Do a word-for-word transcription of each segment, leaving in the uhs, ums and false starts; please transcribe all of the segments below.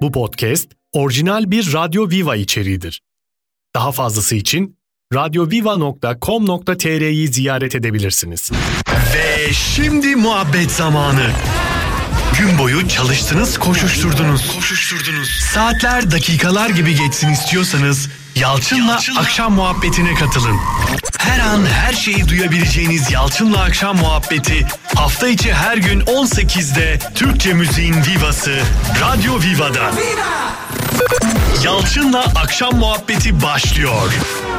Bu podcast orijinal bir Radyo Viva içeriğidir. Daha fazlası için radyoviva nokta com nokta tr'yi ziyaret edebilirsiniz. Ve şimdi muhabbet zamanı. Gün boyu çalıştınız, koşuşturdunuz. Koşuşturdunuz. Saatler, dakikalar gibi geçsin istiyorsanız Yalçın'la Yalçın'la akşam muhabbetine katılın. Her an her şeyi duyabileceğiniz Yalçın'la akşam muhabbeti hafta içi her gün on sekizde Türkçe müziğin vivası Radyo Viva'da. Viva! Yalçın'la akşam muhabbeti başlıyor.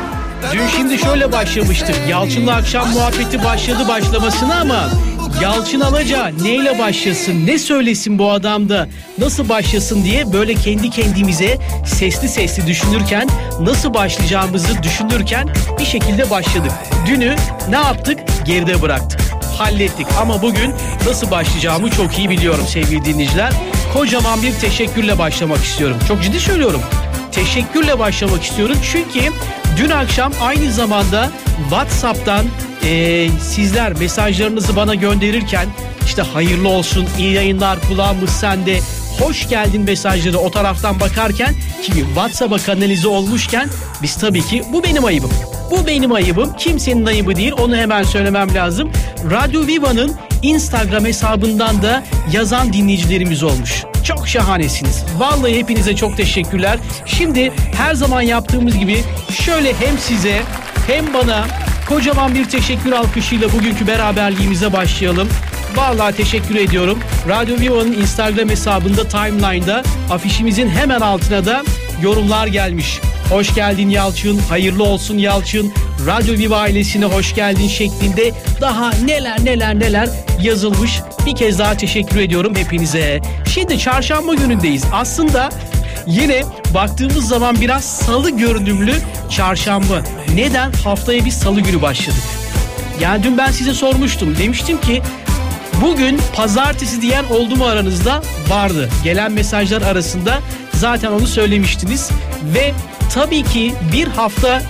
Dün şimdi şöyle başlamıştık. Yalçın'la akşam muhabbeti başladı başlamasına ama Yalçın Alaca neyle başlasın, ne söylesin bu adam da, nasıl başlasın diye böyle kendi kendimize sesli sesli düşünürken, nasıl başlayacağımızı düşünürken bir şekilde başladık. Dünü ne yaptık? Geride bıraktık. Hallettik ama bugün nasıl başlayacağımı çok iyi biliyorum sevgili dinleyiciler. Kocaman bir teşekkürle başlamak istiyorum. Çok ciddi söylüyorum. Teşekkürle başlamak istiyorum çünkü dün akşam aynı zamanda WhatsApp'tan e, sizler mesajlarınızı bana gönderirken işte hayırlı olsun, iyi yayınlar, kulağımız sende, hoş geldin mesajları o taraftan bakarken ki WhatsApp'a kanalize olmuşken biz tabii ki bu benim ayıbım. Bu benim ayıbım. Kimsenin ayıbı değil. Onu hemen söylemem lazım. Radyo Viva'nın Instagram hesabından da yazan dinleyicilerimiz olmuş. Çok şahanesiniz. Vallahi hepinize çok teşekkürler. Şimdi her zaman yaptığımız gibi şöyle hem size hem bana kocaman bir teşekkür alkışıyla bugünkü beraberliğimize başlayalım. Vallahi teşekkür ediyorum. Radyo Viva'nın Instagram hesabında timeline'da afişimizin hemen altına da yorumlar gelmiş. Hoş geldin Yalçın, hayırlı olsun Yalçın, Radyo Viva ailesine hoş geldin şeklinde daha neler neler neler yazılmış. Bir kez daha teşekkür ediyorum hepinize. Şimdi çarşamba günündeyiz. Aslında yine baktığımız zaman biraz salı görünümlü çarşamba. Neden? Haftaya bir salı günü başladık. Yani dün ben size sormuştum. Demiştim ki bugün pazartesi diyen oldu mu aranızda? Vardı. Gelen mesajlar arasında zaten onu söylemiştiniz. Ve tabii ki bir hafta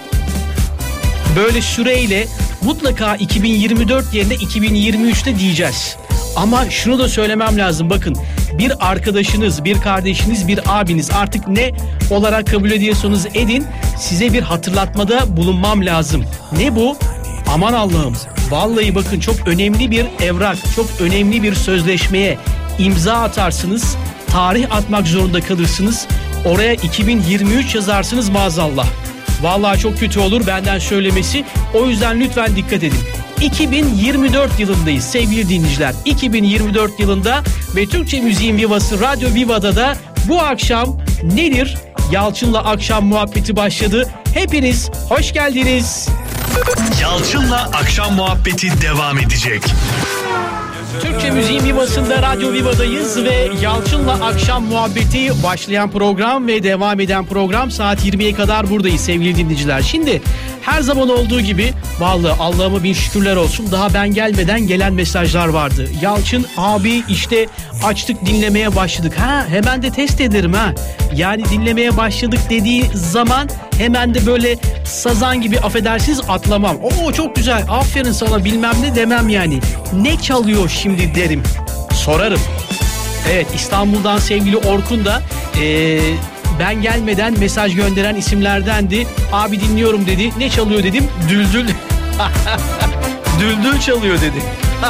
böyle süreyle mutlaka iki bin yirmi dört yerine iki bin yirmi üçte diyeceğiz. Ama şunu da söylemem lazım. Bakın bir arkadaşınız, bir kardeşiniz, bir abiniz artık ne olarak kabul ediyorsanız edin. Size bir hatırlatmada bulunmam lazım. Ne bu? Aman Allah'ım. Vallahi bakın çok önemli bir evrak, çok önemli bir sözleşmeye imza atarsınız. Tarih atmak zorunda kalırsınız. Oraya iki bin yirmi üç yazarsınız maazallah. Vallahi çok kötü olur benden söylemesi. O yüzden lütfen dikkat edin. iki bin yirmi dört yılındayız sevgili dinleyiciler. iki bin yirmi dört yılında ve Türkçe müziğin vivası Radyo Viva'da da bu akşam nedir? Yalçın'la akşam muhabbeti başladı. Hepiniz hoş geldiniz. Yalçın'la akşam muhabbeti devam edecek. Türkçe müziğin vivasında Radyo Viva'dayız ve Yalçın'la akşam muhabbeti başlayan program ve devam eden program saat yirmiye kadar buradayız sevgili dinleyiciler. Şimdi her zaman olduğu gibi vallahi Allah'ıma bin şükürler olsun daha ben gelmeden gelen mesajlar vardı. Yalçın abi işte açtık dinlemeye başladık. Ha hemen de test ederim ha. Yani dinlemeye başladık dediği zaman hemen de böyle sazan gibi affedersiniz atlamam. Oo çok güzel aferin sana bilmem ne demem yani. Ne çalıyor şimdi derim. Sorarım. Evet İstanbul'dan sevgili Orkun da ee, ben gelmeden mesaj gönderen isimlerdendi. Abi dinliyorum dedi. Ne çalıyor dedim. Düldül. Düldül çalıyor dedi.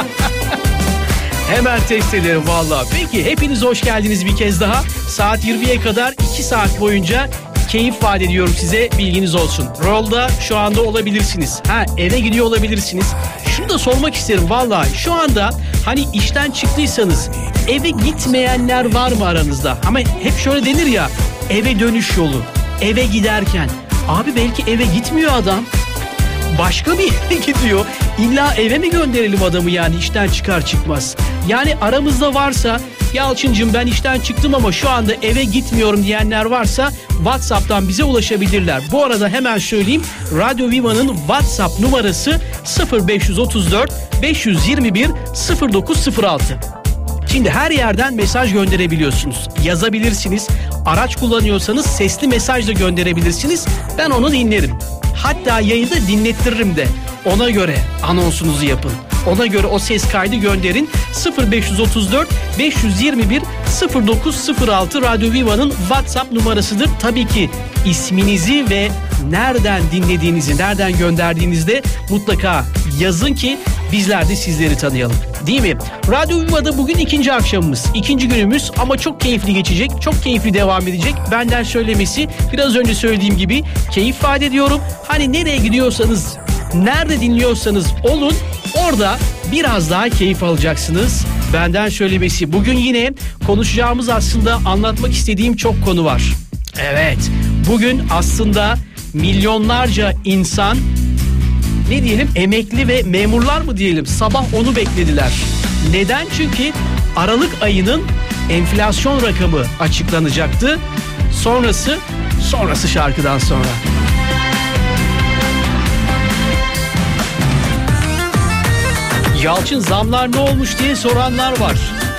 Hemen test ederim valla. Peki hepiniz hoş geldiniz bir kez daha. Saat yirmiye kadar iki saat boyunca keyif vaat ediyorum size, bilginiz olsun. Rolda şu anda olabilirsiniz. Ha eve gidiyor olabilirsiniz. Şunu da sormak isterim vallahi. Şu anda hani işten çıktıysanız eve gitmeyenler var mı aranızda? Ama hep şöyle denir ya, eve dönüş yolu, eve giderken. Abi belki eve gitmiyor adam. Başka bir yere gidiyor. İlla eve mi gönderelim adamı yani işten çıkar çıkmaz? Yani aramızda varsa Yalçıncığım ben işten çıktım ama şu anda eve gitmiyorum diyenler varsa WhatsApp'tan bize ulaşabilirler. Bu arada hemen söyleyeyim, Radyo Viva'nın WhatsApp numarası sıfır beş otuz dört beş yirmi bir sıfır dokuz sıfır altı. Şimdi her yerden mesaj gönderebiliyorsunuz. Yazabilirsiniz. Araç kullanıyorsanız sesli mesaj da gönderebilirsiniz. Ben onu dinlerim. Hatta yayında dinlettiririm de. Ona göre anonsunuzu yapın. Ona göre o ses kaydı gönderin. sıfır beş otuz dört beş yirmi bir sıfır dokuz sıfır altı Radyo Viva'nın WhatsApp numarasıdır. Tabii ki isminizi ve nereden dinlediğinizi, nereden gönderdiğinizde mutlaka yazın ki bizler de sizleri tanıyalım. Değil mi? Radyo Viva'da bugün ikinci akşamımız, ikinci günümüz ama çok keyifli geçecek, çok keyifli devam edecek. Benden söylemesi biraz önce söylediğim gibi keyif vaat ediyorum. Hani nereye gidiyorsanız, nerede dinliyorsanız olun, orada biraz daha keyif alacaksınız. Benden söylemesi. Bugün yine konuşacağımız, aslında anlatmak istediğim çok konu var. Evet, bugün aslında milyonlarca insan, ne diyelim, emekli ve memurlar mı diyelim, sabah onu beklediler. Neden? Çünkü Aralık ayının enflasyon rakamı açıklanacaktı. Sonrası, sonrası şarkıdan sonra. Yalçın, zamlar ne olmuş diye soranlar var.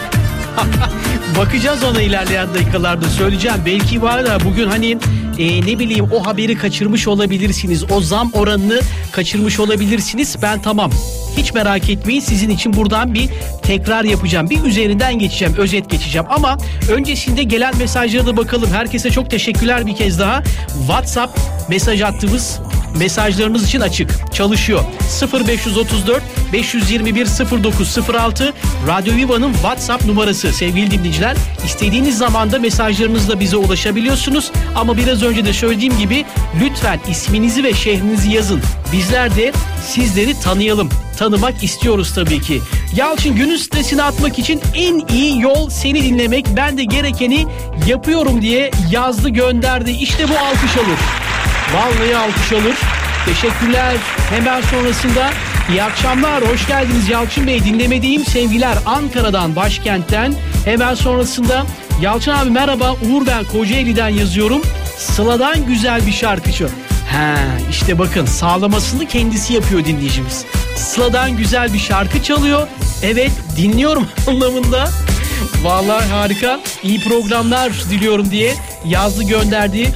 Bakacağız ona ilerleyen dakikalarda, söyleyeceğim. Belki var da bugün hani e, ne bileyim o haberi kaçırmış olabilirsiniz. O zam oranını kaçırmış olabilirsiniz. Ben tamam, hiç merak etmeyin, sizin için buradan bir tekrar yapacağım. Bir üzerinden geçeceğim, özet geçeceğim. Ama öncesinde gelen mesajlara da bakalım. Herkese çok teşekkürler bir kez daha. WhatsApp mesaj attığımız mesajlarınız için açık, çalışıyor. sıfır beş otuz dört beş yirmi bir sıfır dokuz sıfır altı Radyo Viva'nın WhatsApp numarası sevgili dinleyiciler. İstediğiniz zamanda mesajlarınızla bize ulaşabiliyorsunuz. Ama biraz önce de söylediğim gibi lütfen isminizi ve şehrinizi yazın. Bizler de sizleri tanıyalım. Tanımak istiyoruz tabii ki. Yalçın, günün stresini atmak için en iyi yol seni dinlemek. Ben de gerekeni yapıyorum diye yazdı, gönderdi. İşte bu alkış alır. Vallahi alkış alır. Teşekkürler. Hemen sonrasında iyi akşamlar, hoş geldiniz Yalçın Bey. Dinlemediğim sevgiler Ankara'dan, başkentten. Hemen sonrasında Yalçın abi merhaba, Uğur ben Kocaeli'den yazıyorum. Sıla'dan güzel bir şarkıcı. He, işte bakın, sağlamasını kendisi yapıyor dinleyicimiz. Sıla'dan güzel bir şarkı çalıyor. Evet, dinliyorum anlamında. Vallahi harika. İyi programlar diliyorum diye yazdı, gönderdi.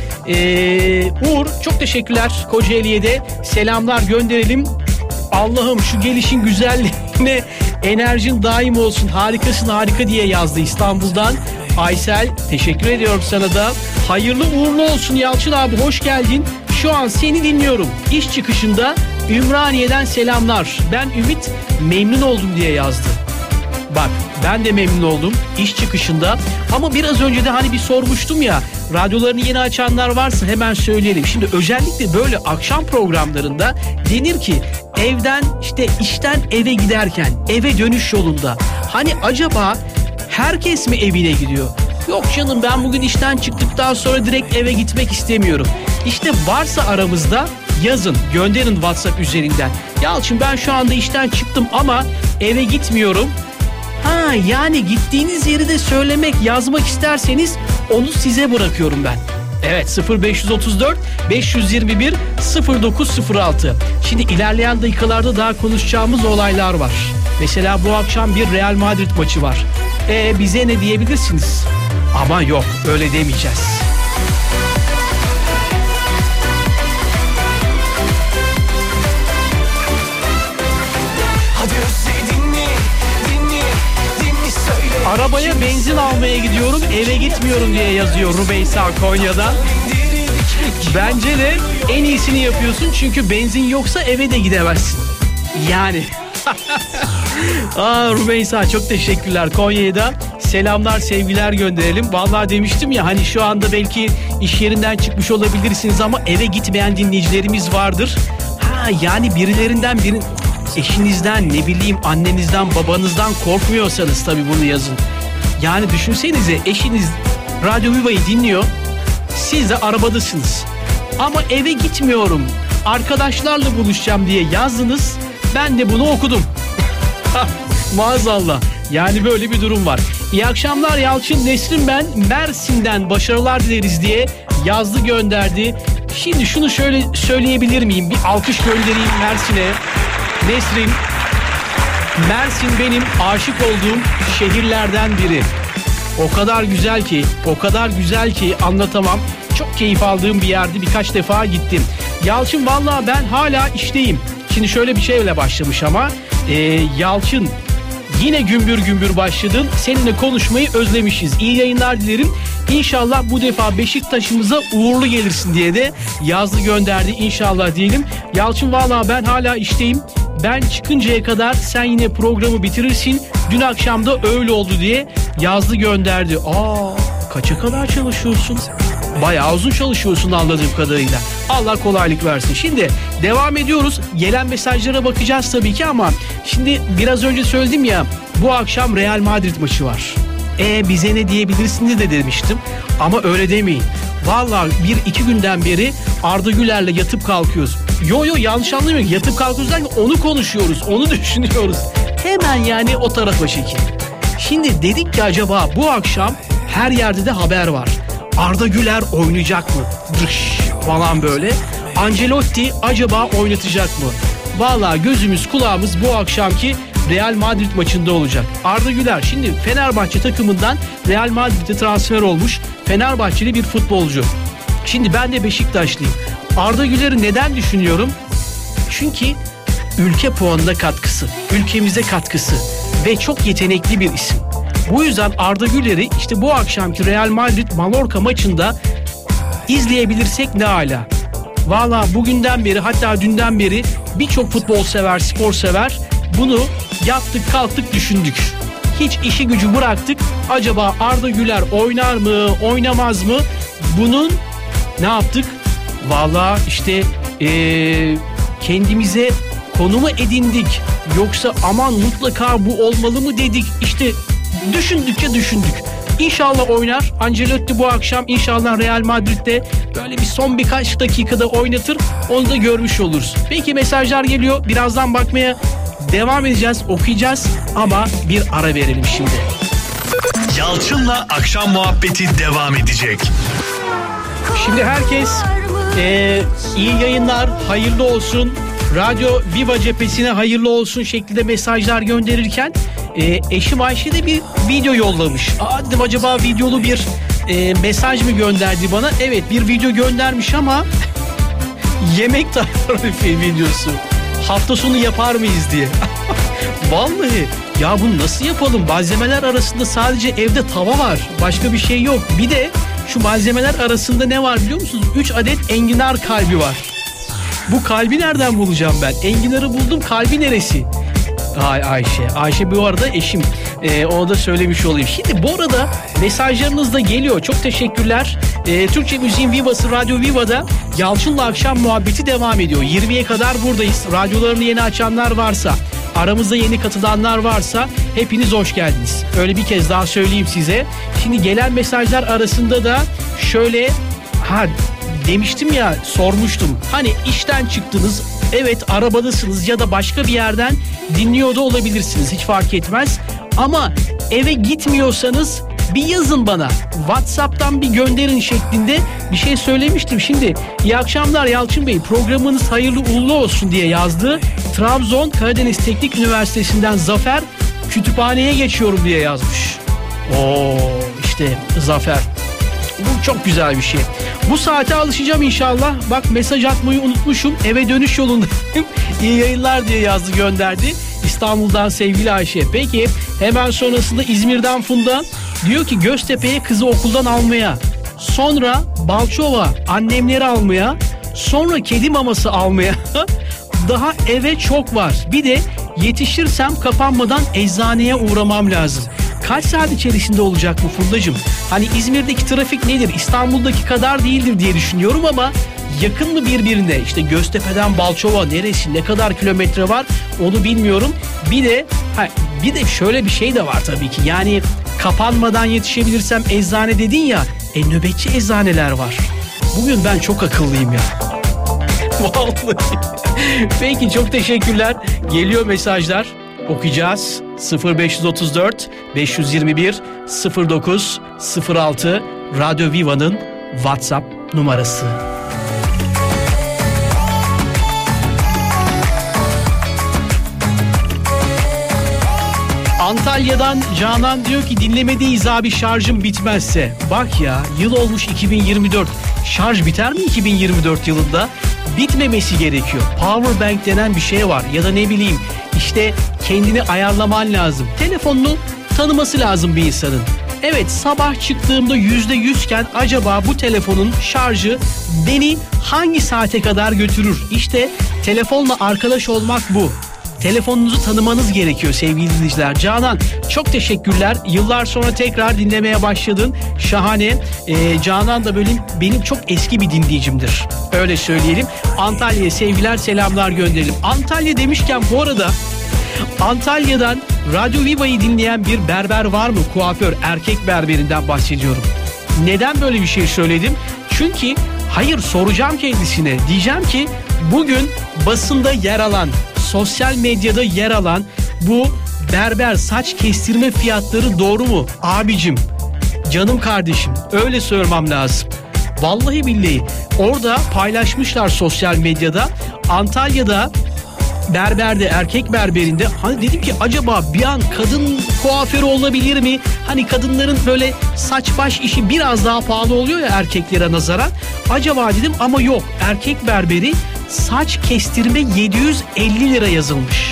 Ee, Uğur, çok teşekkürler. Kocaeli'ye de selamlar gönderelim. Allah'ım şu gelişin güzelliğine enerjin daim olsun. Harikasın, harika diye yazdı İstanbul'dan. Aysel, teşekkür ediyorum sana da. Hayırlı uğurlu olsun Yalçın abi, hoş geldin. Şu an seni dinliyorum. İş çıkışında Ümraniye'den selamlar. Ben Ümit, memnun oldum diye yazdı. Bak, ben de memnun oldum iş çıkışında. Ama biraz önce de hani bir sormuştum ya, radyolarını yeni açanlar varsa hemen söyleyelim. Şimdi özellikle böyle akşam programlarında denir ki evden, işte işten eve giderken, eve dönüş yolunda, hani acaba herkes mi evine gidiyor? Yok canım, ben bugün işten çıktıktan sonra direkt eve gitmek istemiyorum. İşte varsa aramızda yazın, gönderin WhatsApp üzerinden. Yalçın, ben şu anda işten çıktım ama eve gitmiyorum. Ha, yani gittiğiniz yeri de söylemek, yazmak isterseniz onu size bırakıyorum ben. Evet, sıfır beş otuz dört beş yirmi bir sıfır dokuz sıfır altı. Şimdi ilerleyen dakikalarda daha konuşacağımız olaylar var. Mesela bu akşam bir Real Madrid maçı var. E bize ne diyebilirsiniz? Ama yok, öyle demeyeceğiz. Arabaya benzin almaya gidiyorum, eve gitmiyorum diye yazıyor Rümeysa Konya'dan. Bence de en iyisini yapıyorsun, çünkü benzin yoksa eve de gidemezsin. Yani. Aa, Rümeysa, çok teşekkürler. Konya'ya da selamlar, sevgiler gönderelim. Vallahi demiştim ya, hani şu anda belki iş yerinden çıkmış olabilirsiniz ama eve gitmeyen dinleyicilerimiz vardır. Ha, yani birilerinden birin... Eşinizden, ne bileyim annenizden, babanızdan korkmuyorsanız tabii bunu yazın. Yani düşünsenize, eşiniz Radyo Viva'yı dinliyor, siz de arabadasınız. Ama eve gitmiyorum, arkadaşlarla buluşacağım diye yazdınız. Ben de bunu okudum. Maazallah. Yani böyle bir durum var. İyi akşamlar Yalçın, Nesrin ben, Mersin'den başarılar dileriz diye yazdı, gönderdi. Şimdi şunu şöyle söyleyebilir miyim? Bir alkış göndereyim Mersin'e. Nesrin, Mersin benim aşık olduğum şehirlerden biri. O kadar güzel ki, o kadar güzel ki anlatamam. Çok keyif aldığım bir yerde birkaç defa gittim. Yalçın, vallahi ben hala işteyim. Şimdi şöyle bir şeyle başlamış ama e, Yalçın yine gümbür gümbür başladın. Seninle konuşmayı özlemişiz. İyi yayınlar dilerim. İnşallah bu defa Beşiktaş'ımıza uğurlu gelirsin diye de yazdı gönderdi. İnşallah diyelim. Yalçın valla ben hala işteyim. Ben çıkıncaya kadar sen yine programı bitirirsin. Dün akşam da öyle oldu diye yazdı gönderdi. Aa, kaça kadar çalışıyorsun? Bayağı uzun çalışıyorsun anladığım kadarıyla. Allah kolaylık versin. Şimdi devam ediyoruz. Gelen mesajlara bakacağız tabii ki ama şimdi biraz önce söyledim ya, bu akşam Real Madrid maçı var. E bize ne diyebilirsiniz de demiştim. Ama öyle demeyin. Vallahi bir iki günden beri Arda Güler'le yatıp kalkıyoruz. Yo yo yanlış anlamayın. Yatıp kalkıyoruz derken onu konuşuyoruz. Onu düşünüyoruz. Hemen yani o tarafa çekin. Şimdi dedik ki acaba bu akşam her yerde de haber var. Arda Güler oynayacak mı? Dış falan böyle. Ancelotti acaba oynatacak mı? Vallahi gözümüz kulağımız bu akşamki Real Madrid maçında olacak. Arda Güler şimdi Fenerbahçe takımından Real Madrid'e transfer olmuş Fenerbahçeli bir futbolcu. Şimdi ben de Beşiktaşlıyım. Arda Güler'i neden düşünüyorum? Çünkü ülke puanına katkısı, ülkemize katkısı ve çok yetenekli bir isim. Bu yüzden Arda Güler'i işte bu akşamki Real Madrid Mallorca maçında izleyebilirsek ne ala. Valla bugünden beri, hatta dünden beri birçok futbol sever, spor sever bunu yattık kalktık düşündük. Hiç işi gücü bıraktık. Acaba Arda Güler oynar mı, oynamaz mı? Bunun ne yaptık? Valla işte ee, kendimize konu mu edindik? Yoksa aman mutlaka bu olmalı mı dedik? İşte düşündükçe düşündük. İnşallah oynar. Ancelotti bu akşam inşallah Real Madrid'de böyle bir son birkaç dakikada oynatır. Onu da görmüş oluruz. Peki mesajlar geliyor. Birazdan bakmaya devam edeceğiz. Okuyacağız ama bir ara verelim şimdi. Yalçın'la akşam muhabbeti devam edecek. Şimdi herkes e, iyi yayınlar, hayırlı olsun. Radyo Viva cephesine hayırlı olsun şeklinde mesajlar gönderirken e, eşim Ayşe de bir video yollamış. Aa dedim acaba videolu bir e, mesaj mı gönderdi bana? Evet bir video göndermiş ama yemek tarifi videosu. Hafta sonu yapar mıyız diye. Vallahi ya bunu nasıl yapalım? Malzemeler arasında sadece evde tava var. Başka bir şey yok. Bir de şu malzemeler arasında ne var biliyor musunuz? üç adet enginar kalbi var. Bu kalbi nereden bulacağım ben? Enginarı buldum, kalbi neresi? Ay Ayşe. Ayşe bu arada eşim. Ee, onu da söylemiş olayım. Şimdi bu arada mesajlarınız da geliyor. Çok teşekkürler. Ee, Türkçe Müziğin Viva'sı Radyo Viva'da Yalçın'la akşam muhabbeti devam ediyor. yirmiye kadar buradayız. Radyolarını yeni açanlar varsa, aramızda yeni katılanlar varsa hepiniz hoş geldiniz. Öyle bir kez daha söyleyeyim size. Şimdi gelen mesajlar arasında da şöyle... ha demiştim ya, sormuştum. Hani işten çıktınız, evet arabadasınız ya da başka bir yerden dinliyor da olabilirsiniz. Hiç fark etmez. Ama eve gitmiyorsanız bir yazın bana. WhatsApp'tan bir gönderin şeklinde bir şey söylemiştim. Şimdi iyi akşamlar Yalçın Bey. Programınız hayırlı uğurlu olsun diye yazdı. Trabzon Karadeniz Teknik Üniversitesi'nden Zafer, kütüphaneye geçiyorum diye yazmış. Oo işte Zafer. Bu çok güzel bir şey. Bu saate alışacağım inşallah. Bak mesaj atmayı unutmuşum. Eve dönüş yolundayım. İyi yayınlar diye yazdı gönderdi. İstanbul'dan sevgili Ayşe. Peki hemen sonrasında İzmir'den Funda diyor ki Göztepe'ye kızı okuldan almaya, sonra Balçova annemleri almaya, sonra kedi maması almaya daha eve çok var. Bir de yetişirsem kapanmadan eczaneye uğramam lazım. Kaç saat içerisinde olacak bu Fundacığım? Hani İzmir'deki trafik nedir? İstanbul'daki kadar değildir diye düşünüyorum ama yakın mı birbirine? İşte Göztepe'den Balçova neresi, ne kadar kilometre var onu bilmiyorum. Bir de ha, bir de şöyle bir şey de var tabii ki. Yani kapanmadan yetişebilirsem eczane dedin ya. E nöbetçi eczaneler var. Bugün ben çok akıllıyım ya. Vallahi. Peki çok teşekkürler. Geliyor mesajlar. Okuyacağız. sıfır beş otuz dört beş yirmi bir sıfır dokuz sıfır altı Radyo Viva'nın WhatsApp numarası. Antalya'dan Canan diyor ki dinlemedeyiz abi şarjım bitmezse. Bak ya yıl olmuş iki bin yirmi dört. Şarj biter mi iki bin yirmi dört yılında? Bitmemesi gerekiyor. Power bank denen bir şey var. Ya da ne bileyim işte kendini ayarlaman lazım. Telefonunu tanıması lazım bir insanın. Evet sabah çıktığımda yüzde yüzken acaba bu telefonun şarjı beni hangi saate kadar götürür? İşte telefonla arkadaş olmak bu. Telefonunuzu tanımanız gerekiyor sevgili dinleyiciler. Canan çok teşekkürler. Yıllar sonra tekrar dinlemeye başladın. Şahane. Ee, Canan da böyle benim çok eski bir dinleyicimdir. Öyle söyleyelim. Antalya'ya sevgiler selamlar gönderelim. Antalya demişken bu arada Antalya'dan Radyo Viva'yı dinleyen bir berber var mı? Kuaför, erkek berberinden bahsediyorum. Neden böyle bir şey söyledim? Çünkü hayır soracağım kendisine. Diyeceğim ki bugün basında yer alan, sosyal medyada yer alan bu berber saç kestirme fiyatları doğru mu? Abicim, canım kardeşim öyle sormam lazım. Vallahi billahi orada paylaşmışlar sosyal medyada. Antalya'da berberde, erkek berberinde hani dedim ki acaba bir an kadın kuaförü olabilir mi? Hani kadınların böyle saç baş işi biraz daha pahalı oluyor ya erkeklere nazaran. Acaba dedim ama yok, erkek berberi saç kestirme yedi yüz elli lira yazılmış.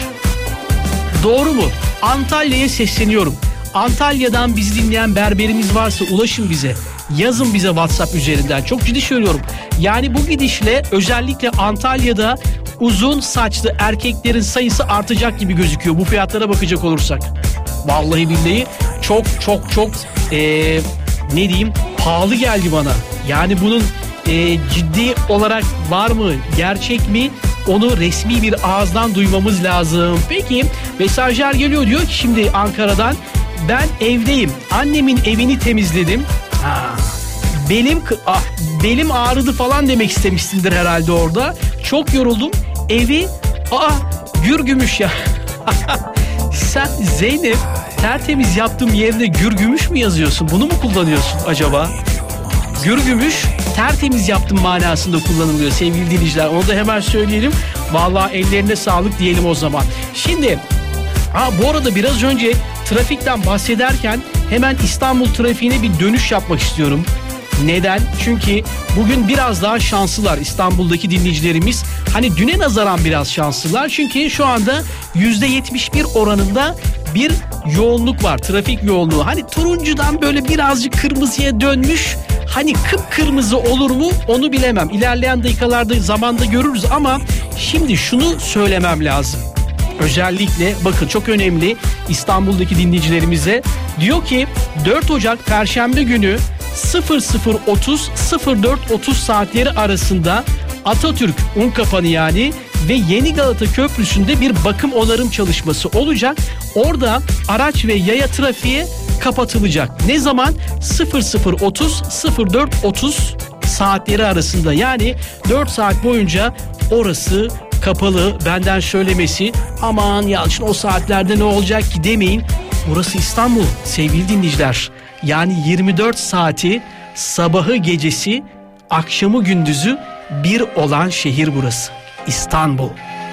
Doğru mu? Antalya'ya sesleniyorum. Antalya'dan bizi dinleyen berberimiz varsa ulaşın bize. Yazın bize WhatsApp üzerinden. Çok ciddi söylüyorum. Yani bu gidişle özellikle Antalya'da uzun saçlı erkeklerin sayısı artacak gibi gözüküyor bu fiyatlara bakacak olursak. Vallahi billahi çok çok çok ee, ne diyeyim pahalı geldi bana. Yani bunun ee, ciddi olarak var mı, gerçek mi? Onu resmi bir ağızdan duymamız lazım. Peki mesajlar geliyor, diyor ki şimdi Ankara'dan ben evdeyim. Annemin evini temizledim. Ha, belim ah, belim ağrıdı falan demek istemişsindir herhalde orada. Çok yoruldum. Evi aa gür gümüş ya. Sen Zeynep tertemiz yaptığım yerine gür gümüş mü yazıyorsun? Bunu mu kullanıyorsun acaba? Gür gümüş tertemiz yaptım manasında kullanılıyor sevgili dinleyiciler. Onu da hemen söyleyelim. Vallahi ellerine sağlık diyelim o zaman. Şimdi ha, bu arada biraz önce trafikten bahsederken hemen İstanbul trafiğine bir dönüş yapmak istiyorum. Neden? Çünkü bugün biraz daha şanslılar İstanbul'daki dinleyicilerimiz. Hani düne nazaran biraz şanslılar. Çünkü şu anda yüzde yetmiş bir oranında bir yoğunluk var. Trafik yoğunluğu. Hani turuncudan böyle birazcık kırmızıya dönmüş. Hani kıpkırmızı olur mu onu bilemem. İlerleyen dakikalarda zamanda görürüz ama şimdi şunu söylemem lazım. Özellikle bakın çok önemli İstanbul'daki dinleyicilerimize. Diyor ki dört Ocak Perşembe günü sıfır sıfır otuz sıfır dört otuz saatleri arasında Atatürk Unkapanı yani ve Yeni Galata Köprüsü'nde bir bakım onarım çalışması olacak. Orada araç ve yaya trafiğe kapatılacak. Ne zaman? sıfır sıfır otuz sıfır dört otuz saatleri arasında yani dört saat boyunca orası kapalı. Benden söylemesi, aman Yalçın o saatlerde ne olacak ki demeyin. Burası İstanbul sevgili dinleyiciler. Yani yirmi dört saati, sabahı gecesi, akşamı gündüzü bir olan şehir burası. İstanbul.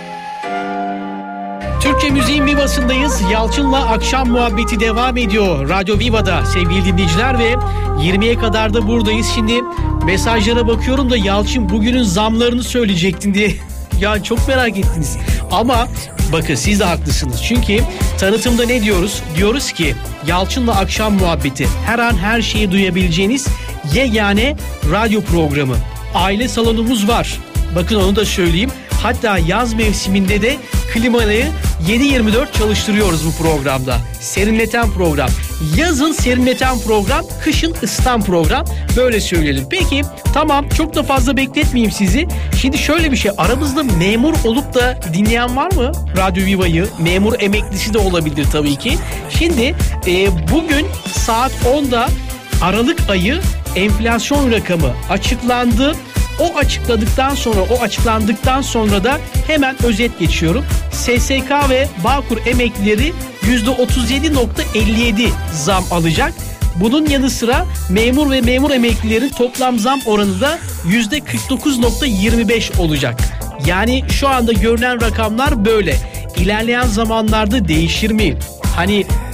Türkçe müziğin Viva'sındayız. Yalçın'la akşam muhabbeti devam ediyor. Radyo Viva'da sevgili dinleyiciler ve yirmiye kadar da buradayız. Şimdi mesajlara bakıyorum da Yalçın bugünün zamlarını söyleyecektin diye. Ya çok merak ettiniz. Ama bakın siz de haklısınız. Çünkü tanıtımda ne diyoruz? Diyoruz ki Yalçın'la akşam muhabbeti her an her şeyi duyabileceğiniz yegane radyo programı. Aile salonumuz var. Bakın onu da söyleyeyim. Hatta yaz mevsiminde de klimayı yedi yirmi dört çalıştırıyoruz bu programda. Serinleten program. Yazın serinleten program, kışın ısıtan program. Böyle söyleyelim. Peki tamam, çok da fazla bekletmeyeyim sizi. Şimdi şöyle bir şey. Aramızda memur olup da dinleyen var mı? Radyo Viva'yı. Memur emeklisi de olabilir tabii ki. Şimdi e, bugün saat onda Aralık ayı enflasyon rakamı açıklandı. O açıkladıktan sonra, o açıklandıktan sonra da hemen özet geçiyorum. S S K ve Bağkur emeklileri yüzde otuz yedi virgül elli yedi zam alacak. Bunun yanı sıra memur ve memur emeklilerin toplam zam oranı da yüzde kırk dokuz virgül yirmi beş olacak. Yani şu anda görünen rakamlar böyle. İlerleyen zamanlarda değişir mi? Hani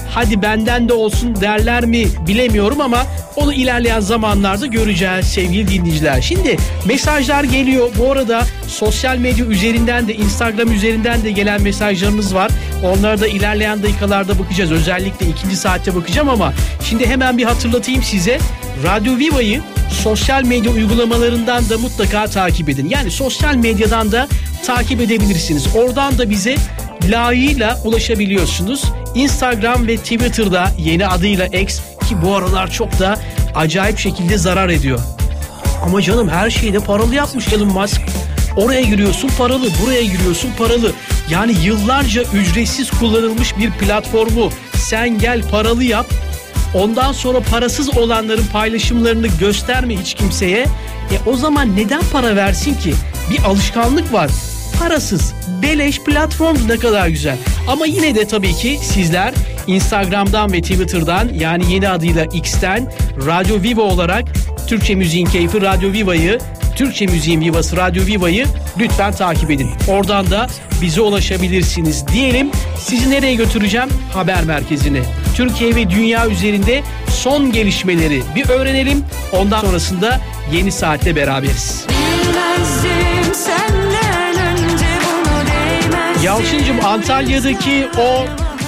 hadi benden de olsun derler mi bilemiyorum ama onu ilerleyen zamanlarda göreceğiz sevgili dinleyiciler. Şimdi mesajlar geliyor. Bu arada sosyal medya üzerinden de, Instagram üzerinden de gelen mesajlarınız var. Onlara da ilerleyen dakikalarda bakacağız. Özellikle ikinci saatte bakacağım ama şimdi hemen bir hatırlatayım size. Radyo Viva'yı sosyal medya uygulamalarından da mutlaka takip edin. Yani sosyal medyadan da takip edebilirsiniz. Oradan da bize layığıyla ulaşabiliyorsunuz. Instagram ve Twitter'da yeni adıyla X, ki bu aralar çok da acayip şekilde zarar ediyor. Ama canım her şeyi de paralı yapmış Elon Musk. Oraya giriyorsun paralı, buraya giriyorsun paralı. Yani yıllarca ücretsiz kullanılmış bir platformu sen gel paralı yap. Ondan sonra parasız olanların paylaşımlarını gösterme hiç kimseye. E o zaman neden para versin ki? Bir alışkanlık var. Parasız, beleş platform ne kadar güzel. Ama yine de tabii ki sizler Instagram'dan ve Twitter'dan, yani yeni adıyla X'ten Radyo Viva olarak Türkçe Müziğin Keyfi Radyo Viva'yı, Türkçe Müziğin Vivası Radyo Viva'yı lütfen takip edin. Oradan da bize ulaşabilirsiniz diyelim. Sizi nereye götüreceğim? Haber merkezine. Türkiye ve dünya üzerinde son gelişmeleri bir öğrenelim. Ondan sonrasında yeni saatte beraberiz. Yalçıncığım, Antalya'daki o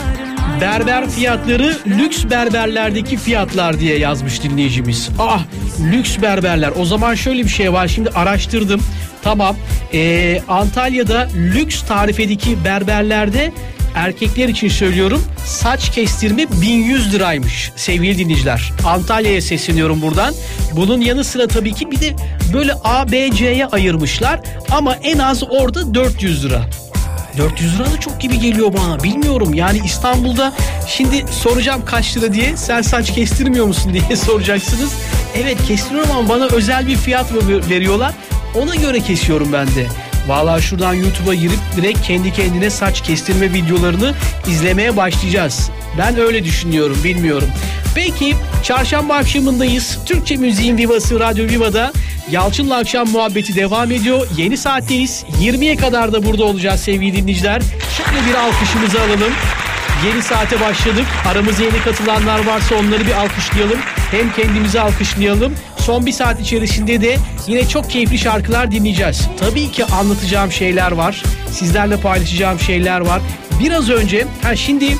berber fiyatları lüks berberlerdeki fiyatlar diye yazmış dinleyicimiz. Ah, lüks berberler. O zaman şöyle bir şey var. Şimdi araştırdım. Tamam. Ee, Antalya'da lüks tarifedeki berberlerde, erkekler için söylüyorum, saç kestirme bin yüz liraymış sevgili dinleyiciler. Antalya'ya sesleniyorum buradan. Bunun yanı sıra tabii ki bir de böyle A, B, C'ye ayırmışlar. Ama en az orada dört yüz lira. dört yüz lira da çok gibi geliyor bana. Bilmiyorum yani İstanbul'da, şimdi soracağım kaç lira diye, sen saç kestirmiyor musun diye soracaksınız. Evet kestiriyorum ama bana özel bir fiyat veriyorlar. Ona göre kesiyorum ben de. Vallahi şuradan YouTube'a girip direkt kendi kendine saç kestirme videolarını izlemeye başlayacağız. Ben öyle düşünüyorum, bilmiyorum. Peki çarşamba akşamındayız. Türkçe Müziğin Vivası Radyo Viva'da Yalçın'la akşam muhabbeti devam ediyor. Yeni saatteyiz. yirmiye kadar da burada olacağız sevgili dinleyiciler. Şöyle bir alkışımızı alalım. Yeni saate başladık. Aramıza yeni katılanlar varsa onları bir alkışlayalım. Hem kendimizi alkışlayalım. Son bir saat içerisinde de yine çok keyifli şarkılar dinleyeceğiz. Tabii ki anlatacağım şeyler var. Sizlerle paylaşacağım şeyler var. Biraz önce, ha şimdi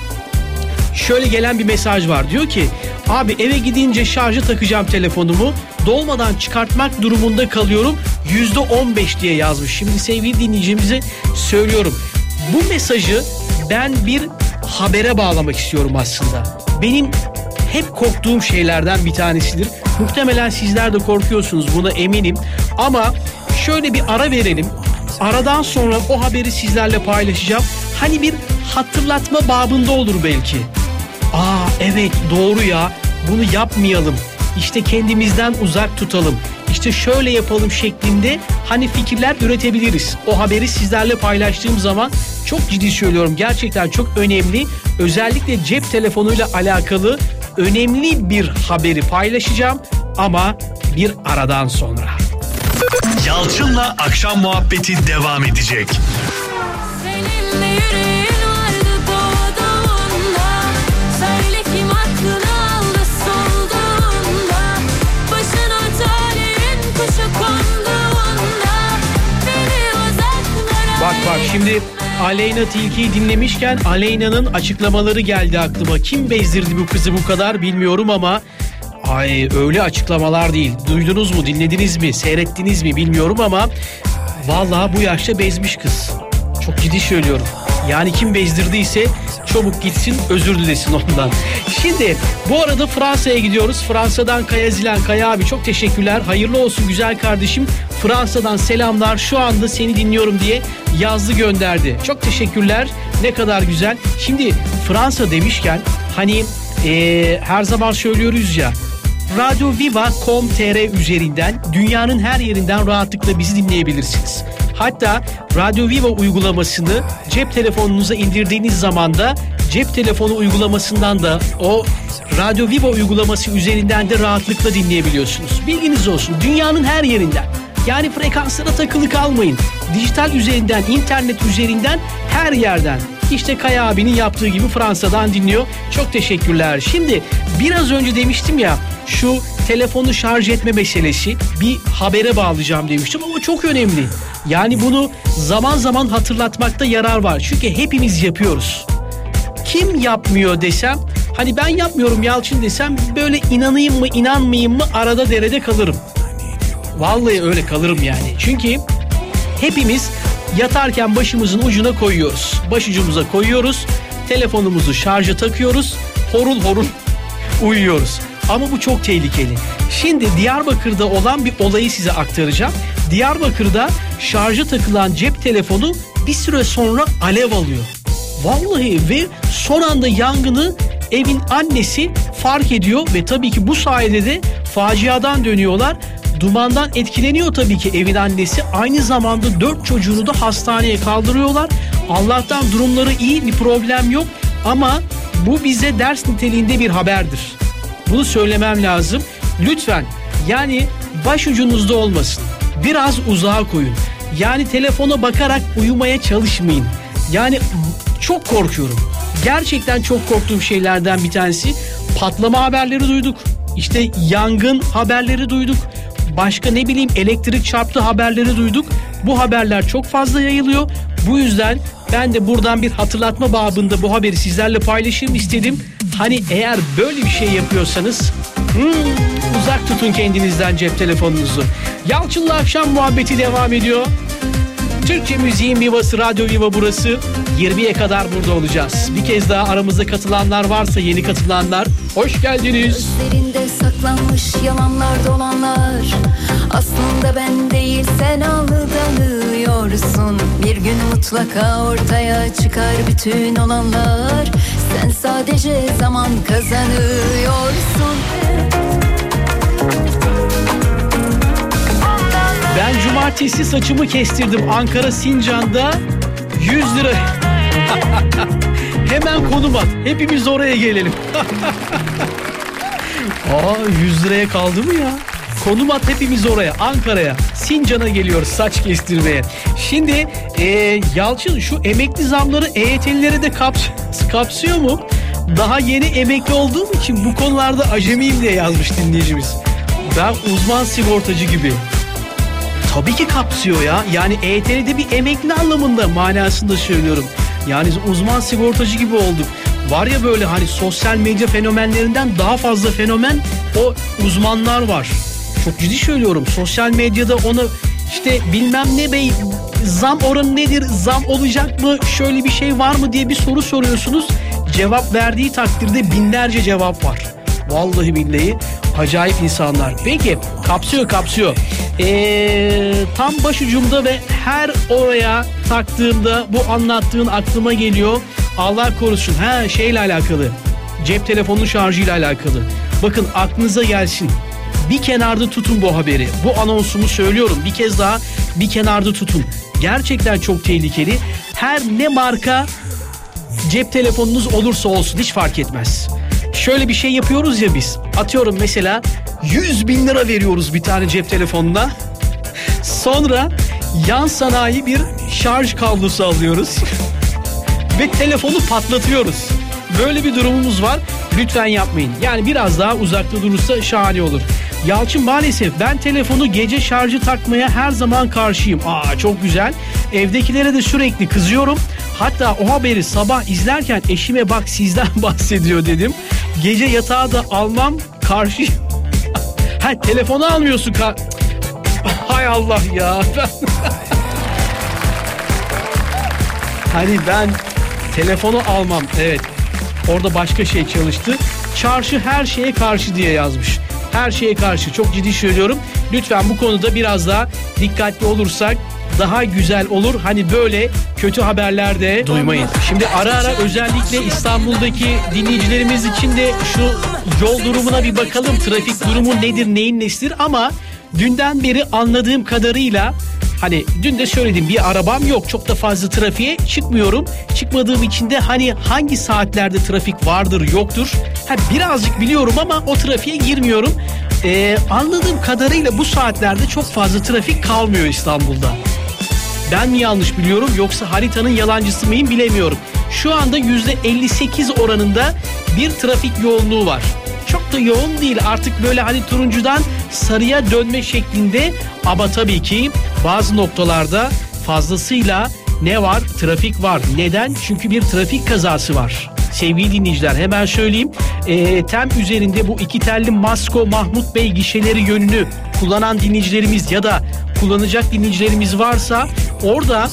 şöyle gelen bir mesaj var. Diyor ki, abi eve gidince şarja takacağım telefonumu. Dolmadan çıkartmak durumunda kalıyorum. yüzde on beş diye yazmış. Şimdi sevgili dinleyicimize söylüyorum. Bu mesajı ben bir habere bağlamak istiyorum aslında. Benim hep korktuğum şeylerden bir tanesidir. Muhtemelen sizler de korkuyorsunuz, buna eminim. Ama şöyle bir ara verelim. Aradan sonra o haberi sizlerle paylaşacağım. Hani bir hatırlatma babında olur belki. Aa evet doğru ya, bunu yapmayalım. İşte kendimizden uzak tutalım. İşte şöyle yapalım şeklinde hani fikirler üretebiliriz. O haberi sizlerle paylaştığım zaman, çok ciddi söylüyorum, gerçekten çok önemli. Özellikle cep telefonuyla alakalı önemli bir haberi paylaşacağım ama bir aradan sonra. Yalçın'la akşam muhabbeti devam edecek. Seninle yüreğin vardı doğduğunda, söyle kim aklını aldı solduğunda, başına talihin kuşu konduğunda, beni uzaklara... Bak bak şimdi Aleyna Tilki'yi dinlemişken Aleyna'nın açıklamaları geldi aklıma. Kim bezdirdi bu kızı bu kadar bilmiyorum ama ay öyle açıklamalar değil. Duydunuz mu, dinlediniz mi, seyrettiniz mi bilmiyorum ama vallahi bu yaşta bezmiş kız. Çok ciddi söylüyorum. Yani kim bezdirdiyse çabuk gitsin, özür dilesin ondan. Şimdi bu arada Fransa'ya gidiyoruz. Fransa'dan Kaya Zilan. Kaya abi çok teşekkürler. Hayırlı olsun güzel kardeşim. Fransa'dan selamlar. Şu anda seni dinliyorum diye yazdı gönderdi. Çok teşekkürler. Ne kadar güzel. Şimdi Fransa demişken hani ee, her zaman söylüyoruz ya, radyo viva nokta com nokta tr üzerinden dünyanın her yerinden rahatlıkla bizi dinleyebilirsiniz. Hatta Radyo Viva uygulamasını cep telefonunuza indirdiğiniz zaman da cep telefonu uygulamasından da o Radyo Viva uygulaması üzerinden de rahatlıkla dinleyebiliyorsunuz. Bilginiz olsun, dünyanın her yerinden. Yani frekanslara takılı kalmayın. Dijital üzerinden, internet üzerinden her yerden İşte Kaya abinin yaptığı gibi Fransa'dan dinliyor. Çok teşekkürler. Şimdi biraz önce demiştim ya, şu telefonu şarj etme meselesi, bir habere bağlayacağım demiştim ama çok önemli. Yani bunu zaman zaman hatırlatmakta yarar var. Çünkü hepimiz yapıyoruz. Kim yapmıyor desem, hani ben yapmıyorum Yalçın desem, böyle inanayım mı inanmayayım mı arada derede kalırım. Vallahi öyle kalırım yani. Çünkü hepimiz yatarken başımızın ucuna koyuyoruz. Başucumuza koyuyoruz. Telefonumuzu şarja takıyoruz. Horul horul uyuyoruz. Ama bu çok tehlikeli. Şimdi Diyarbakır'da olan bir olayı size aktaracağım. Diyarbakır'da şarja takılan cep telefonu bir süre sonra alev alıyor. Vallahi ve son anda yangını evin annesi fark ediyor ve tabii ki bu sayede de faciadan dönüyorlar. Dumandan etkileniyor tabii ki evin annesi. Aynı zamanda dört çocuğunu da hastaneye kaldırıyorlar. Allah'tan durumları iyi, bir problem yok. Ama bu bize ders niteliğinde bir haberdir. Bunu söylemem lazım. Lütfen yani başucunuzda olmasın. Biraz uzağa koyun. Yani telefona bakarak uyumaya çalışmayın. Yani çok korkuyorum. Gerçekten çok korktuğum şeylerden bir tanesi. Patlama haberleri duyduk. İşte yangın haberleri duyduk. Başka ne bileyim elektrik çarptı haberleri duyduk. Bu haberler çok fazla yayılıyor. Bu yüzden ben de buradan bir hatırlatma babında bu haberi sizlerle paylaşayım istedim. Hani eğer böyle bir şey yapıyorsanız hmm, uzak tutun kendinizden cep telefonunuzu. Yalçın'la akşam muhabbeti devam ediyor. Türkçe müziğin Viva'sı, Radyo Viva burası. yirmiye kadar burada olacağız. Bir kez daha aramızda katılanlar varsa, yeni katılanlar, hoş geldiniz. Gözlerinde saklanmış yalanlar dolanlar. Aslında ben değil sen aldanıyorsun. Bir gün mutlaka ortaya çıkar bütün olanlar. Sen sadece zaman kazanıyorsun. Ben cumartesi saçımı kestirdim Ankara Sincan'da, yüz lira. Hemen konum at, hepimiz oraya gelelim. Aa, yüz liraya kaldı mı ya? Konum at, hepimiz oraya, Ankara'ya, Sincan'a geliyoruz saç kestirmeye. Şimdi ee, Yalçın, şu emekli zamları E Y T'lilere de kaps kapsıyor mu? Daha yeni emekli olduğum için bu konularda acemiyim diye yazmış dinleyicimiz. Ben uzman sigortacı gibi. Tabii ki kapsıyor ya. Yani E Y T'de bir emekli anlamında, manasında söylüyorum. Yani uzman sigortacı gibi olduk. Var ya böyle hani sosyal medya fenomenlerinden daha fazla fenomen o uzmanlar var. Çok ciddi söylüyorum. Sosyal medyada onu işte bilmem ne bey, zam oranı nedir, zam olacak mı, şöyle bir şey var mı diye bir soru soruyorsunuz. Cevap verdiği takdirde binlerce cevap var. Vallahi billahi acayip insanlar. Peki kapsıyor kapsıyor. Ee, tam başucumda ve her oraya taktığımda bu anlattığın aklıma geliyor. Allah korusun. Ha, şeyle alakalı. Cep telefonunun şarjıyla alakalı. Bakın aklınıza gelsin. Bir kenarda tutun bu haberi. Bu anonsumu söylüyorum. Bir kez daha bir kenarda tutun. Gerçekten çok tehlikeli. Her ne marka cep telefonunuz olursa olsun hiç fark etmez. Şöyle bir şey yapıyoruz ya biz. Atıyorum mesela yüz bin lira veriyoruz bir tane cep telefonuna. Sonra yan sanayi bir şarj kablosu alıyoruz. Ve telefonu patlatıyoruz. Böyle bir durumumuz var. Lütfen yapmayın. Yani biraz daha uzakta durursa şahane olur. Yalçın, maalesef ben telefonu gece şarjı takmaya her zaman karşıyım. Aa, çok güzel. Evdekilere de sürekli kızıyorum. Hatta o haberi sabah izlerken eşime bak sizden bahsediyor dedim. Gece yatağa da almam, karşıyım. Ha, telefonu almıyorsun. Ka- Hay Allah ya. Hani ben telefonu almam. Evet. Orada başka şey çalıştı. Çarşı her şeye karşı diye yazmış. Her şeye karşı. Çok ciddi söylüyorum. Lütfen bu konuda biraz daha dikkatli olursak daha güzel olur. Hani böyle kötü haberler de duymayın. Şimdi ara ara özellikle İstanbul'daki dinleyicilerimiz için de şu yol durumuna bir bakalım. Trafik durumu nedir, neyin nesidir, ama dünden beri anladığım kadarıyla, hani dün de söyledim, bir arabam yok. Çok da fazla trafiğe çıkmıyorum. Çıkmadığım için de hani hangi saatlerde trafik vardır yoktur. Ha, birazcık biliyorum ama o trafiğe girmiyorum. Ee, anladığım kadarıyla bu saatlerde çok fazla trafik kalmıyor İstanbul'da. Ben mi yanlış biliyorum yoksa haritanın yalancısı mıyım bilemiyorum. şu anda yüzde elli sekiz oranında bir trafik yoğunluğu var. Çok da yoğun değil artık, böyle hani turuncudan sarıya dönme şeklinde, ama tabii ki bazı noktalarda fazlasıyla ne var? Trafik var. Neden? Çünkü bir trafik kazası var. Sevgili dinleyiciler, hemen söyleyeyim. E, tem üzerinde bu iki telli Masko Mahmut Bey gişeleri yönünü kullanan dinleyicilerimiz ya da kullanacak dinleyicilerimiz varsa, orada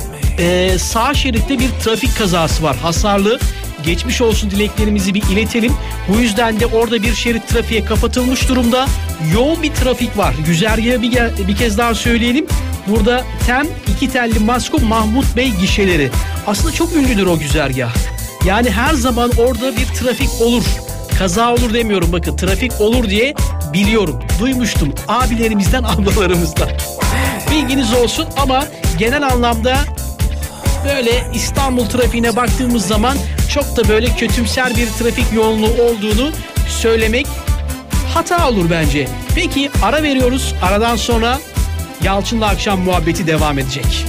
e, sağ şeritte bir trafik kazası var. Hasarlı. Geçmiş olsun dileklerimizi bir iletelim. Bu yüzden de orada bir şerit trafiğe kapatılmış durumda. Yoğun bir trafik var. Güzergahı bir, bir kez daha söyleyelim. Burada tem iki telli Masko Mahmut Bey gişeleri. Aslında çok ünlüdür o güzergah. Yani her zaman orada bir trafik olur. Kaza olur demiyorum, bakın trafik olur diye biliyorum. Duymuştum abilerimizden, ablalarımızdan. Bilginiz olsun, ama genel anlamda böyle İstanbul trafiğine baktığımız zaman çok da böyle kötümser bir trafik yoğunluğu olduğunu söylemek hata olur bence. Peki ara veriyoruz. Aradan sonra Yalçın'la akşam muhabbeti devam edecek.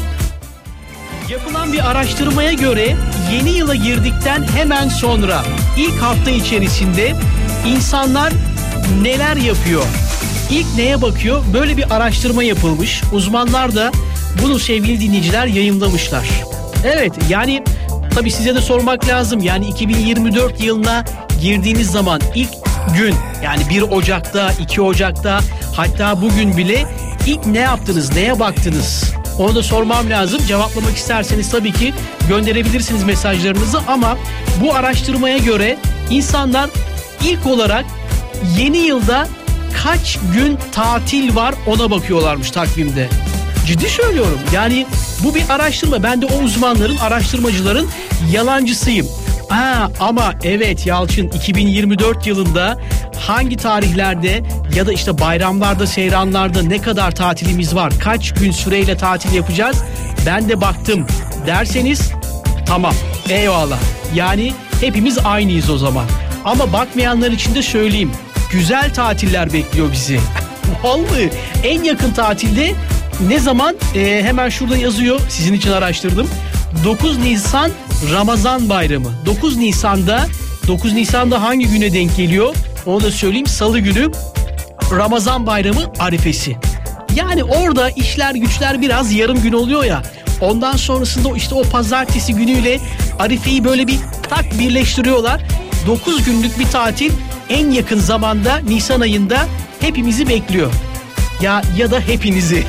Yapılan bir araştırmaya göre yeni yıla girdikten hemen sonra ilk hafta içerisinde insanlar neler yapıyor? İlk neye bakıyor? Böyle bir araştırma yapılmış. Uzmanlar da bunu sevgili dinleyiciler yayımlamışlar. Evet, yani tabii size de sormak lazım. Yani iki bin yirmi dört yılına girdiğiniz zaman ilk gün, yani bir Ocak'ta, iki Ocak'ta, hatta bugün bile ilk ne yaptınız, neye baktınız? Onu da sormam lazım. Cevaplamak isterseniz tabii ki gönderebilirsiniz mesajlarınızı, ama bu araştırmaya göre insanlar ilk olarak yeni yılda kaç gün tatil var ona bakıyorlarmış takvimde. Ciddi söylüyorum. Yani bu bir araştırma. Ben de o uzmanların, araştırmacıların yalancısıyım. Ha, ama evet Yalçın, iki bin yirmi dört yılında hangi tarihlerde ya da işte bayramlarda, seyranlarda ne kadar tatilimiz var, kaç gün süreyle tatil yapacağız, ben de baktım derseniz tamam, eyvallah. Yani hepimiz aynıyız o zaman. Ama bakmayanlar için de söyleyeyim, güzel tatiller bekliyor bizi. Vallahi en yakın tatilde ne zaman? Ee, hemen şurada yazıyor, sizin için araştırdım. dokuz Nisan Ramazan Bayramı. dokuz Nisan'da dokuz Nisan'da hangi güne denk geliyor? Onu da söyleyeyim. Salı günü Ramazan Bayramı arifesi. Yani orada işler güçler biraz yarım gün oluyor ya. Ondan sonrasında işte o pazartesi günüyle arifeyi böyle bir tak birleştiriyorlar. dokuz günlük bir tatil en yakın zamanda Nisan ayında hepimizi bekliyor. Ya ya da hepinizi.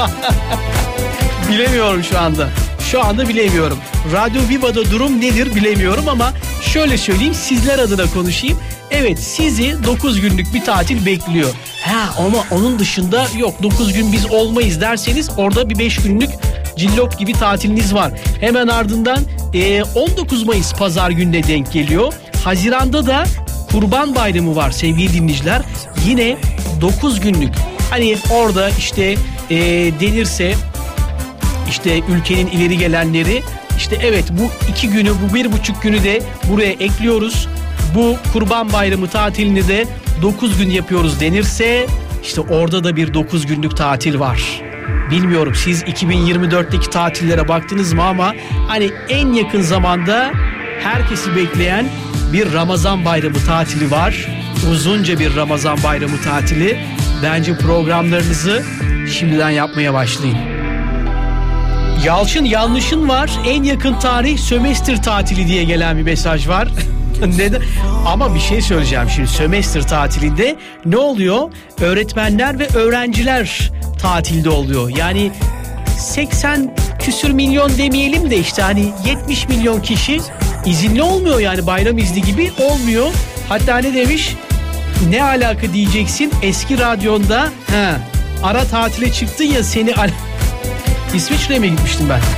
Bilemiyorum şu anda. Şu anda bilemiyorum. Radyo Viva'da durum nedir bilemiyorum, ama şöyle söyleyeyim, sizler adına konuşayım. Evet, sizi dokuz günlük bir tatil bekliyor. Ha, ama onun dışında yok, dokuz gün biz olmayız derseniz orada bir beş günlük cillop gibi tatiliniz var. Hemen ardından e, on dokuz Mayıs pazar gününe denk geliyor. Haziranda da Kurban Bayramı var sevgili dinleyiciler. Yine dokuz günlük. Hani orada işte e, denirse işte ülkenin ileri gelenleri, işte evet bu iki günü, bu bir buçuk günü de buraya ekliyoruz. Bu Kurban Bayramı tatilini de dokuz gün yapıyoruz denirse, işte orada da bir dokuz günlük tatil var. Bilmiyorum siz iki bin yirmi dörtteki tatillere baktınız mı, ama hani en yakın zamanda herkesi bekleyen bir Ramazan Bayramı tatili var. Uzunca bir Ramazan Bayramı tatili. Bence programlarınızı şimdiden yapmaya başlayın. Yalçın, yanlışın var. En yakın tarih sömestr tatili diye gelen bir mesaj var. Neden? Ama bir şey söyleyeceğim şimdi. Sömestr tatilinde ne oluyor? Öğretmenler ve öğrenciler tatilde oluyor. Yani seksen küsür milyon demeyelim de işte hani yetmiş milyon kişi izinli olmuyor, yani bayram izni gibi olmuyor. Hatta ne demiş? Ne alaka diyeceksin, eski radyonda he, ara tatile çıktın ya seni al- İsviçre'ye mi gitmiştim ben?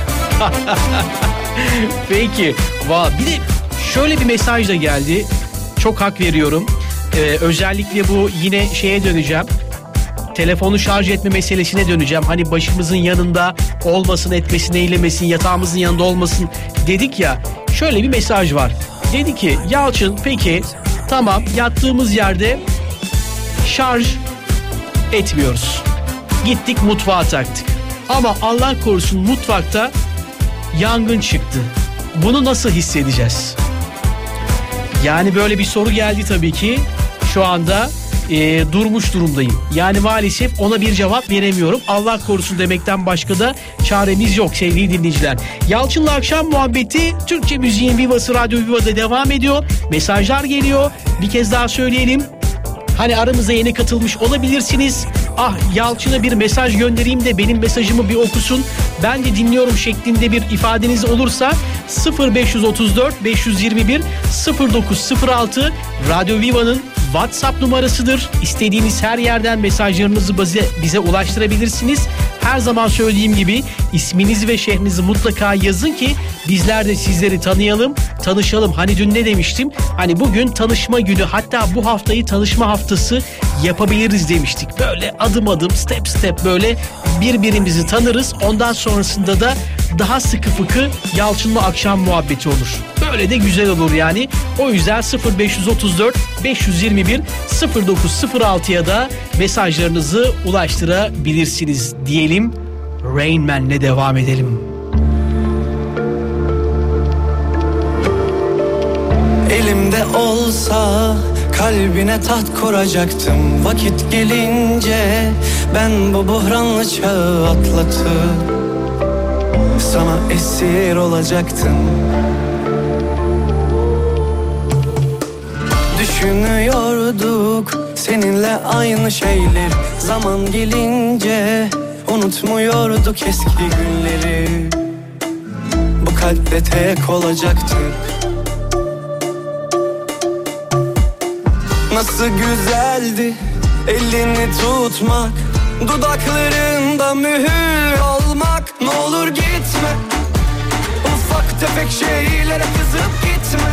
Peki. Va, bir de şöyle bir mesaj da geldi. Çok hak veriyorum. Ee, özellikle bu yine şeye döneceğim. Telefonu şarj etme meselesine döneceğim. Hani başımızın yanında olmasın, etmesin, eylemesin, yatağımızın yanında olmasın dedik ya. Şöyle bir mesaj var. Dedi ki Yalçın, peki tamam, yattığımız yerde şarj etmiyoruz. Gittik mutfağa taktık. Ama Allah korusun mutfakta yangın çıktı. bunu nasıl hissedeceğiz? Yani böyle bir soru geldi tabii ki. Şu anda e, durmuş durumdayım. Yani maalesef ona bir cevap veremiyorum. Allah korusun demekten başka da çaremiz yok sevgili dinleyiciler. Yalçın'la Akşam Muhabbeti Türkçe Müziğin Vivası Radyo Viva'da devam ediyor. Mesajlar geliyor. Bir kez daha söyleyelim. Hani aramıza yeni katılmış olabilirsiniz. Ah Yalçın'a bir mesaj göndereyim de benim mesajımı bir okusun, ben de dinliyorum şeklinde bir ifadeniz olursa sıfır beş otuz dört beş yüz yirmi bir sıfır dokuz sıfır altı Radyo Viva'nın WhatsApp numarasıdır. İstediğiniz her yerden mesajlarınızı bize, bize ulaştırabilirsiniz. Her zaman söylediğim gibi isminizi ve şehrinizi mutlaka yazın ki bizler de sizleri tanıyalım, tanışalım. Hani dün ne demiştim? Hani bugün tanışma günü, hatta bu haftayı tanışma haftası yapabiliriz demiştik. Böyle adım adım, step step böyle birbirimizi tanırız. Ondan sonrasında da daha sıkı fıkı Yalçın'la Akşam Muhabbeti olur. Böyle de güzel olur yani. O yüzden sıfır beş otuz dört beş yüz yirmi bir sıfır dokuz sıfır altıya da mesajlarınızı ulaştırabilirsiniz diyelim. Rain Man'le devam edelim. Elimde olsa kalbine taht kuracaktım. Vakit gelince ben bu buhranlı çağı atlatıp sana esir olacaktım. Düşünüyorduk seninle aynı şeyler. Zaman gelince unutmuyorduk eski günleri. Bu kalpte tek olacaktık. Nasıl güzeldi elini tutmak, dudaklarında mühür olmak. Ne olur gitme, ufak tefek şeylere kızıp gitme.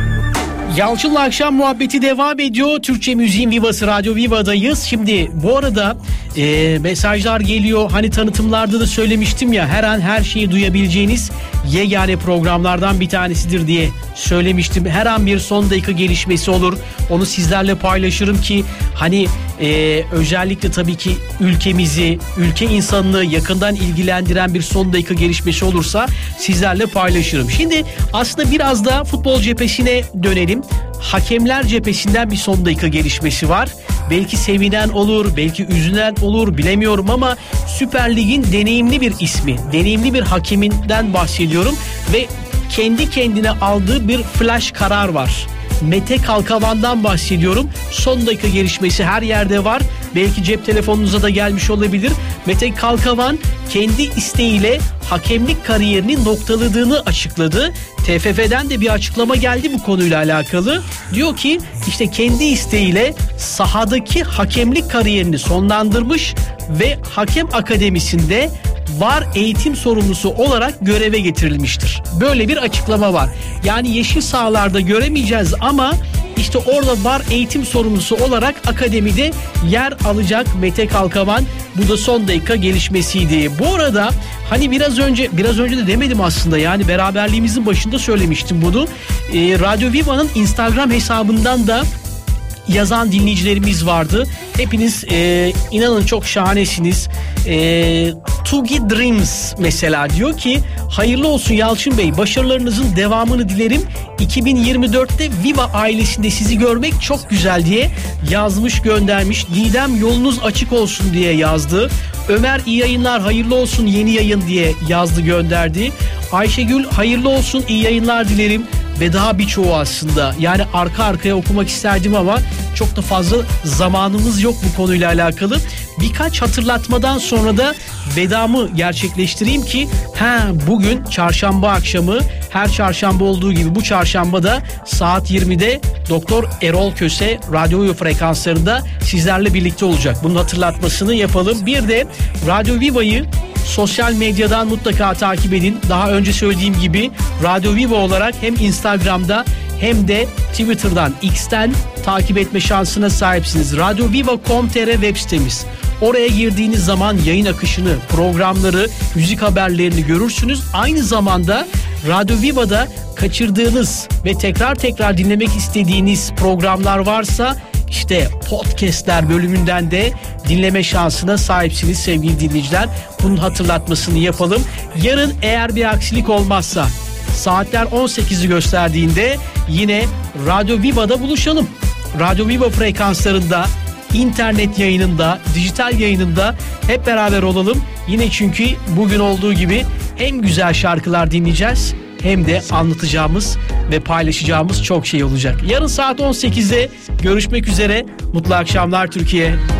Yalçın'la Akşam Muhabbeti devam ediyor. Türkçe Müziğin Vivası Radyo Viva'dayız. Şimdi bu arada e, mesajlar geliyor. Hani tanıtımlarda da söylemiştim ya, her an her şeyi duyabileceğiniz yegane programlardan bir tanesidir diye söylemiştim. Her an bir son dakika gelişmesi olur. Onu sizlerle paylaşırım ki hani e, özellikle tabii ki ülkemizi, ülke insanını yakından ilgilendiren bir son dakika gelişmesi olursa sizlerle paylaşırım. Şimdi aslında biraz da futbol cephesine dönelim. Hakemler cephesinden bir son dakika gelişmesi var. Belki sevinen olur, belki üzülen olur, bilemiyorum ama Süper Lig'in deneyimli bir ismi, deneyimli bir hakeminden bahsediyorum ve kendi kendine aldığı bir flash karar var. Mete Kalkavan'dan bahsediyorum. Son dakika gelişmesi her yerde var. Belki cep telefonunuza da gelmiş olabilir. Mete Kalkavan kendi isteğiyle hakemlik kariyerini noktaladığını açıkladı. T F F'den de bir açıklama geldi bu konuyla alakalı. Diyor ki işte kendi isteğiyle sahadaki hakemlik kariyerini sonlandırmış ve Hakem Akademisi'nde V A R eğitim sorumlusu olarak göreve getirilmiştir. Böyle bir açıklama var. Yani yeşil sahalarda göremeyeceğiz ama işte orada V A R eğitim sorumlusu olarak akademide yer alacak Mete Kalkavan. Bu da son dakika gelişmesiydi. Bu arada hani biraz önce biraz önce de demedim aslında, yani beraberliğimizin başında söylemiştim bunu. Ee, Radyo Viva'nın Instagram hesabından da yazan dinleyicilerimiz vardı. Hepiniz e, inanın çok şahanesiniz. E, Tugi Dreams mesela diyor ki hayırlı olsun Yalçın Bey, başarılarınızın devamını dilerim. iki bin yirmi dörtte Viva ailesinde sizi görmek çok güzel diye yazmış, göndermiş. Didem yolunuz açık olsun diye yazdı. Ömer iyi yayınlar, hayırlı olsun yeni yayın diye yazdı, gönderdi. Ayşegül hayırlı olsun, iyi yayınlar dilerim. Ve daha birçoğu aslında. Yani arka arkaya okumak isterdim ama çok da fazla zamanımız yok bu konuyla alakalı. Birkaç hatırlatmadan sonra da vedamı gerçekleştireyim ki ha bugün çarşamba akşamı, her çarşamba olduğu gibi bu çarşamba da saat yirmide Doktor Erol Köse Radyo Viva frekanslarında sizlerle birlikte olacak. Bunun hatırlatmasını yapalım. Bir de Radyo Viva'yı sosyal medyadan mutlaka takip edin. Daha önce söylediğim gibi Radyo Viva olarak hem Instagram'da hem de Twitter'dan, X'ten takip etme şansına sahipsiniz. radyo viva nokta com nokta tr web sitemiz. Oraya girdiğiniz zaman yayın akışını, programları, müzik haberlerini görürsünüz. Aynı zamanda Radyo Viva'da kaçırdığınız ve tekrar tekrar dinlemek istediğiniz programlar varsa İşte podcastler bölümünden de dinleme şansına sahipsiniz sevgili dinleyiciler. Bunun hatırlatmasını yapalım. Yarın eğer bir aksilik olmazsa saatler on sekizi gösterdiğinde yine Radyo Viva'da buluşalım. Radyo Viva frekanslarında, internet yayınında, dijital yayınında hep beraber olalım. Yine çünkü bugün olduğu gibi hem güzel şarkılar dinleyeceğiz hem de anlatacağımız ve paylaşacağımız çok şey olacak. Yarın saat on sekizde görüşmek üzere. Mutlu akşamlar Türkiye.